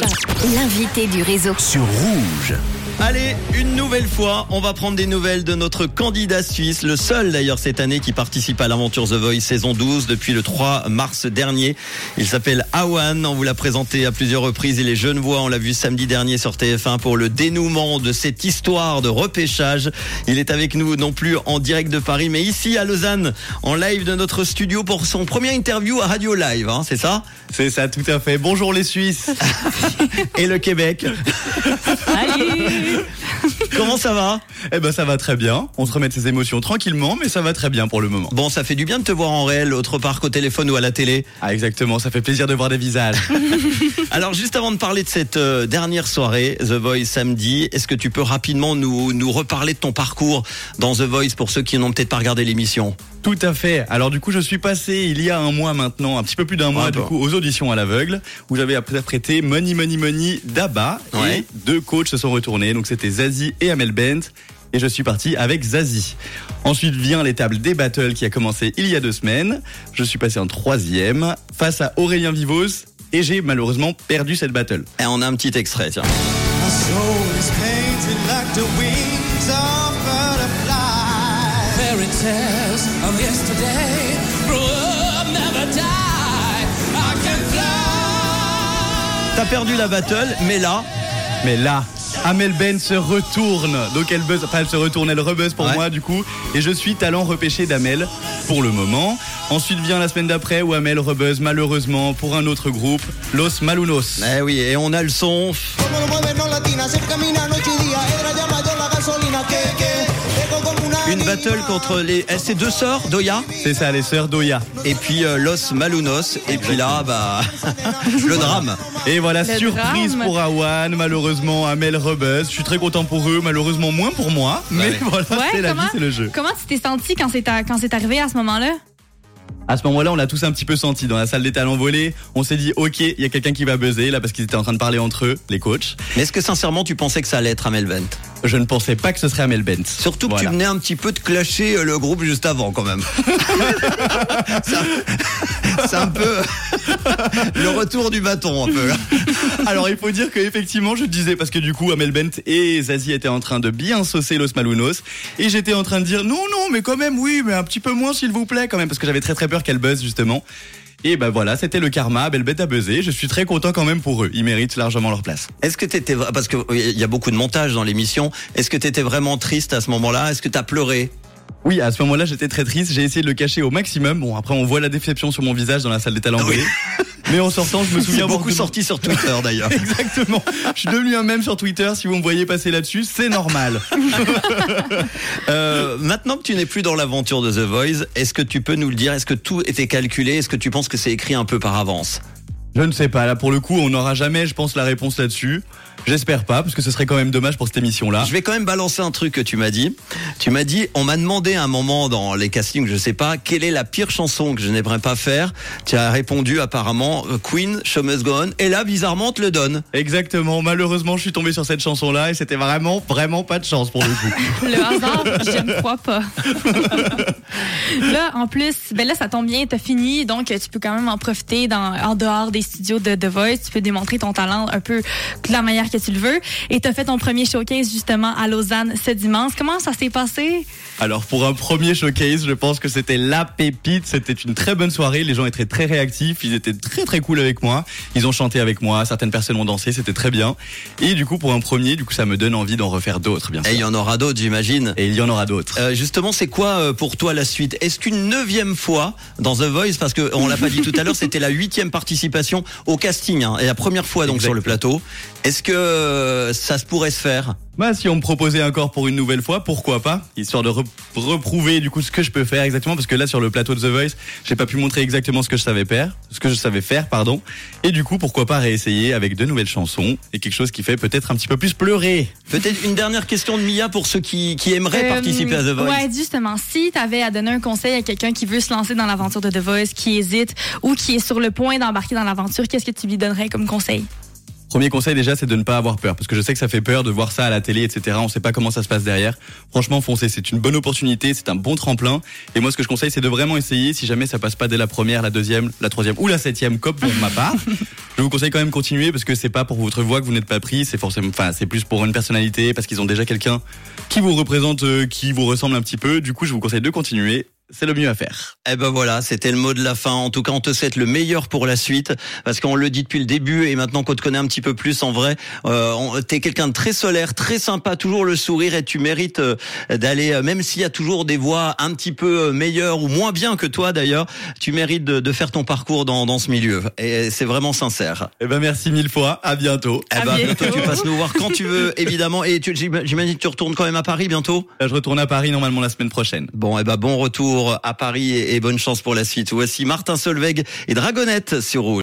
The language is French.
L'invité du réseau. Sur Rouge. Allez, une nouvelle fois, on va prendre des nouvelles de notre candidat suisse, le seul d'ailleurs cette année qui participe à l'aventure The Voice saison 12 depuis le 3 mars dernier. Il s'appelle Awan, on vous l'a présenté à plusieurs reprises et les Genevois, on l'a vu samedi dernier sur TF1 pour le dénouement de cette histoire de repêchage. Il est avec nous non plus en direct de Paris, mais ici à Lausanne, en live de notre studio pour son premier interview à Radio Live, hein, c'est ça ? C'est ça, tout à fait. Bonjour les Suisses. Et le Québec. Salut. Comment ça va ? Eh ben ça va très bien. On se remet de ses émotions tranquillement, mais ça va très bien pour le moment. Bon, ça fait du bien de te voir en réel, autre part qu'au téléphone ou à la télé. Ah exactement, ça fait plaisir de voir des visages. Alors juste avant de parler de cette dernière soirée, The Voice samedi, est-ce que tu peux rapidement nous reparler de ton parcours dans The Voice pour ceux qui n'ont peut-être pas regardé l'émission ? Tout à fait. Alors du coup, je suis passé il y a un mois maintenant, un petit peu plus d'un mois, aux auditions à l'aveugle, où j'avais interprété Money Money Money d'Abba. Ouais. Et deux coachs se sont retournés, donc c'était Zazie et Amel Bent. Et je suis parti avec Zazie. Ensuite vient l'étape des battles qui a commencé il y a 2 semaines. Je suis passé en 3e face à Aurélien Vivos et j'ai malheureusement perdu cette battle. Et on a un petit extrait, tiens. My soul is painted like the wings of butterflies. Fairy tales of yesterday grow up, never die. I can fly. T'as perdu la battle, mais là, Amel Bent se retourne. Donc elle buzz, enfin elle se retourne, elle rebuzz pour Ouais. moi du coup. Et je suis talent repêché d'Amel pour le moment. Ensuite vient la semaine d'après où Amel rebuzz malheureusement pour un autre groupe, Los Malunos. eh oui, et on a le son. Como lo mueven los latinas, se camina noche y día. Era llamado la gasolina que dejo como una Une battle contre ces deux sœurs, Doya, C'est ça, les sœurs Doya. et puis Los Malunos, et puis là, le drame. Et voilà, Le surprise drame. pour Awan. Malheureusement, Amel rebuzz. Je suis très content pour eux, malheureusement moins pour moi. Mais Ouais. voilà, c'est la vie, c'est le jeu. Comment tu t'es senti quand c'est arrivé à ce moment-là? À ce moment-là, on l'a tous un petit peu senti dans la salle des talents volés. On s'est dit, ok, il y a quelqu'un qui va buzzer là parce qu'ils étaient en train de parler entre eux, les coachs. Mais est-ce que sincèrement tu pensais que ça allait être Amel Bent ? Je ne pensais pas que ce serait Amel Bent. Surtout que Voilà. tu venais un petit peu de clasher le groupe juste avant quand même. C'est un peu le retour du bâton un peu. Alors il faut dire que effectivement je disais parce que du coup Amel Bent et Zazie étaient en train de bien saucer Los Malunos et j'étais en train de dire non mais quand même oui mais un petit peu moins s'il vous plaît quand même parce que j'avais très peur qu'elle buzz justement. Et ben voilà, c'était le karma, Amel Bent a buzzé, je suis très content quand même pour eux, ils méritent largement leur place. Est-ce que t'étais, parce que il y a beaucoup de montage dans l'émission, est-ce que t'étais vraiment triste à ce moment-là ? Est-ce que t'as pleuré ? Oui, à ce moment-là j'étais très triste, j'ai essayé de le cacher au maximum. Bon après on voit la déception sur mon visage dans la salle des talents volés. Mais en sortant je me C'est souviens beaucoup avoir- sorti sur Twitter d'ailleurs. Exactement. Je suis devenu un mème sur Twitter. Si vous me voyez passer là-dessus, c'est normal. Maintenant que tu n'es plus dans l'aventure de The Voice, est-ce que tu peux nous le dire ? Est-ce que tout était calculé ? Est-ce que tu penses que c'est écrit un peu par avance ? Je ne sais pas. Là, pour le coup, on n'aura jamais, je pense, la réponse là-dessus. J'espère pas, parce que ce serait quand même dommage pour cette émission-là. Je vais quand même balancer un truc que tu m'as dit. Tu m'as dit, on m'a demandé à un moment dans les castings, je sais pas, quelle est la pire chanson que je n'aimerais pas faire. Tu as répondu apparemment Queen, Show Must Go On. Et là, bizarrement, on te le donne. Exactement. Malheureusement, je suis tombé sur cette chanson-là et c'était vraiment pas de chance pour le coup. Le hasard, je ne crois pas. Là, en plus, là, ça tombe bien, t'as fini, donc tu peux quand même en profiter en dehors des studios de The Voice. Tu peux démontrer ton talent un peu de la manière que tu le veux. Et t'as fait ton premier showcase justement à Lausanne ce dimanche. Comment ça s'est passé? Alors, pour un premier showcase, je pense que c'était la pépite. C'était une très bonne soirée. Les gens étaient très réactifs. Ils étaient très cool avec moi. Ils ont chanté avec moi. Certaines personnes ont dansé. C'était très bien. Et du coup, pour un premier, ça me donne envie d'en refaire d'autres, bien sûr. Et il y en aura d'autres, j'imagine. Et il y en aura d'autres. Justement, c'est quoi pour toi la suite ? Est-ce qu'une 9e fois dans The Voice, parce que on l'a pas dit tout à l'heure, c'était la 8e participation au casting, hein, et la première fois donc sur le plateau. Est-ce que ça se pourrait se faire ? Bah, si on me proposait encore pour une nouvelle fois, pourquoi pas ? Histoire de reprouver du coup ce que je peux faire exactement, parce que là sur le plateau de The Voice, j'ai pas pu montrer exactement ce que je savais faire, pardon. Et du coup, pourquoi pas réessayer avec de nouvelles chansons et quelque chose qui fait peut-être un petit peu plus pleurer. Peut-être une dernière question de Mia pour ceux qui aimeraient participer à The Voice. Ouais, justement. Si t'avais à donner un conseil à quelqu'un qui veut se lancer dans l'aventure de The Voice, qui hésite ou qui est sur le point d'embarquer dans l'aventure, qu'est-ce que tu lui donnerais comme conseil? Premier conseil déjà, c'est de ne pas avoir peur, parce que je sais que ça fait peur de voir ça à la télé, etc. On sait pas comment ça se passe derrière. Franchement, foncez, c'est une bonne opportunité, c'est un bon tremplin. Et moi, ce que je conseille, c'est de vraiment essayer. Si jamais ça passe pas dès la première, la deuxième, la troisième ou la septième COP pour ma part, je vous conseille quand même de continuer, parce que c'est pas pour votre voix que vous n'êtes pas pris, c'est forcément, c'est plus pour une personnalité, parce qu'ils ont déjà quelqu'un qui vous représente, qui vous ressemble un petit peu. Du coup, je vous conseille de continuer. C'est le mieux à faire. Eh ben voilà, c'était le mot de la fin. En tout cas, on te souhaite le meilleur pour la suite, parce qu'on le dit depuis le début et maintenant qu'on te connaît un petit peu plus en vrai, t'es quelqu'un de très solaire, très sympa, toujours le sourire, et tu mérites d'aller, même s'il y a toujours des voix un petit peu meilleures ou moins bien que toi d'ailleurs, tu mérites de faire ton parcours dans ce milieu. Et c'est vraiment sincère. Eh ben merci mille fois. À bientôt. Eh ben bientôt, tu passes nous voir quand tu veux, évidemment. Et j'imagine que tu retournes quand même à Paris bientôt. Là, je retourne à Paris normalement la semaine prochaine. Bon, eh ben bon retour à Paris et bonne chance pour la suite. Voici Martin Solveig et Dragonette sur Rouge.